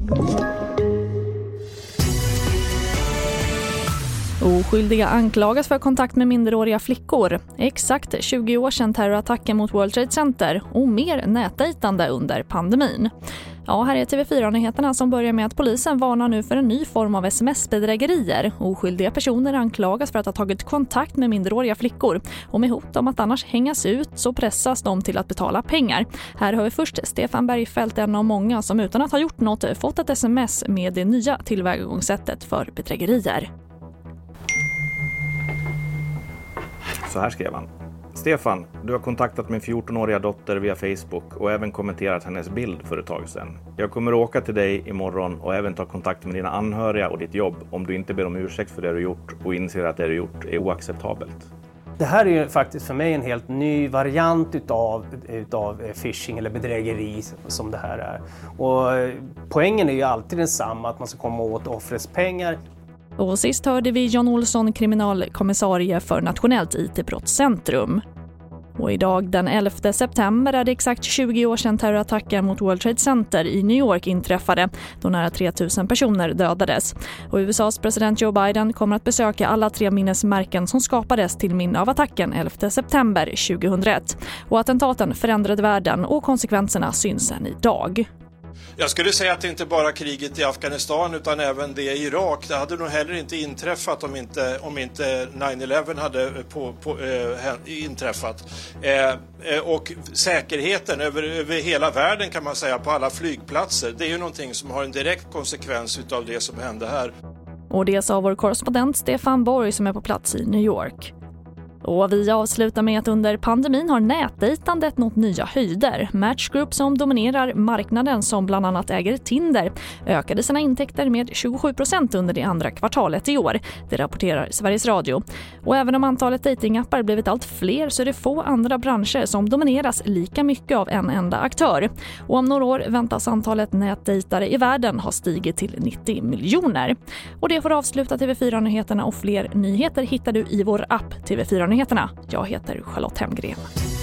Oskyldiga anklagas för kontakt med minderåriga flickor. Exakt 20 år sedan terrorattacken mot World Trade Center och mer nätdejtande under pandemin. Ja, här är TV4-nyheterna som börjar med att polisen varnar nu för en ny form av sms-bedrägerier. Oskyldiga personer anklagas för att ha tagit kontakt med minderåriga flickor. Och med hot om att annars hängas ut så pressas de till att betala pengar. Här har vi först Stefan Bergfeldt, en av många som utan att ha gjort något fått ett sms med det nya tillvägagångssättet för bedrägerier. Så här skrev han. Stefan, du har kontaktat min 14-åriga dotter via Facebook och även kommenterat hennes bild för ett tag sedan. Jag kommer åka till dig imorgon och även ta kontakt med dina anhöriga och ditt jobb om du inte ber om ursäkt för det du gjort och inser att det du gjort är oacceptabelt. Det här är ju faktiskt för mig en helt ny variant utav phishing eller bedrägeri som det här är. Och poängen är ju alltid densamma, att man ska komma åt offrets pengar. Och sist hörde vi John Olsson, kriminalkommissarie för Nationellt IT-brottscentrum. Och idag den 11 september är det exakt 20 år sedan terrorattacken mot World Trade Center i New York inträffade, då nära 3000 personer dödades. Och USAs president Joe Biden kommer att besöka alla 3 minnesmärken som skapades till minne av attacken 11 september 2001. Och attentaten förändrade världen och konsekvenserna syns än idag. Jag skulle säga att det inte bara kriget i Afghanistan utan även det i Irak. Det hade nog heller inte inträffat om inte 9/11 hade inträffat. Och säkerheten över hela världen kan man säga, på alla flygplatser, det är ju någonting som har en direkt konsekvens utav det som hände här. Och det sa vår korrespondent Stefan Borg som är på plats i New York. Och vi avslutar med att under pandemin har nätdejtandet nått nya höjder. Match Group, som dominerar marknaden, som bland annat äger Tinder, ökade sina intäkter med 27% under det andra kvartalet i år. Det rapporterar Sveriges Radio. Och även om antalet datingappar blivit allt fler så är det få andra branscher som domineras lika mycket av en enda aktör. Och om några år väntas antalet nätdejtare i världen ha stigit till 90 miljoner. Och det får avsluta TV4-nyheterna, och fler nyheter hittar du i vår app TV4-nyheterna. Jag heter Charlotte Hemgren.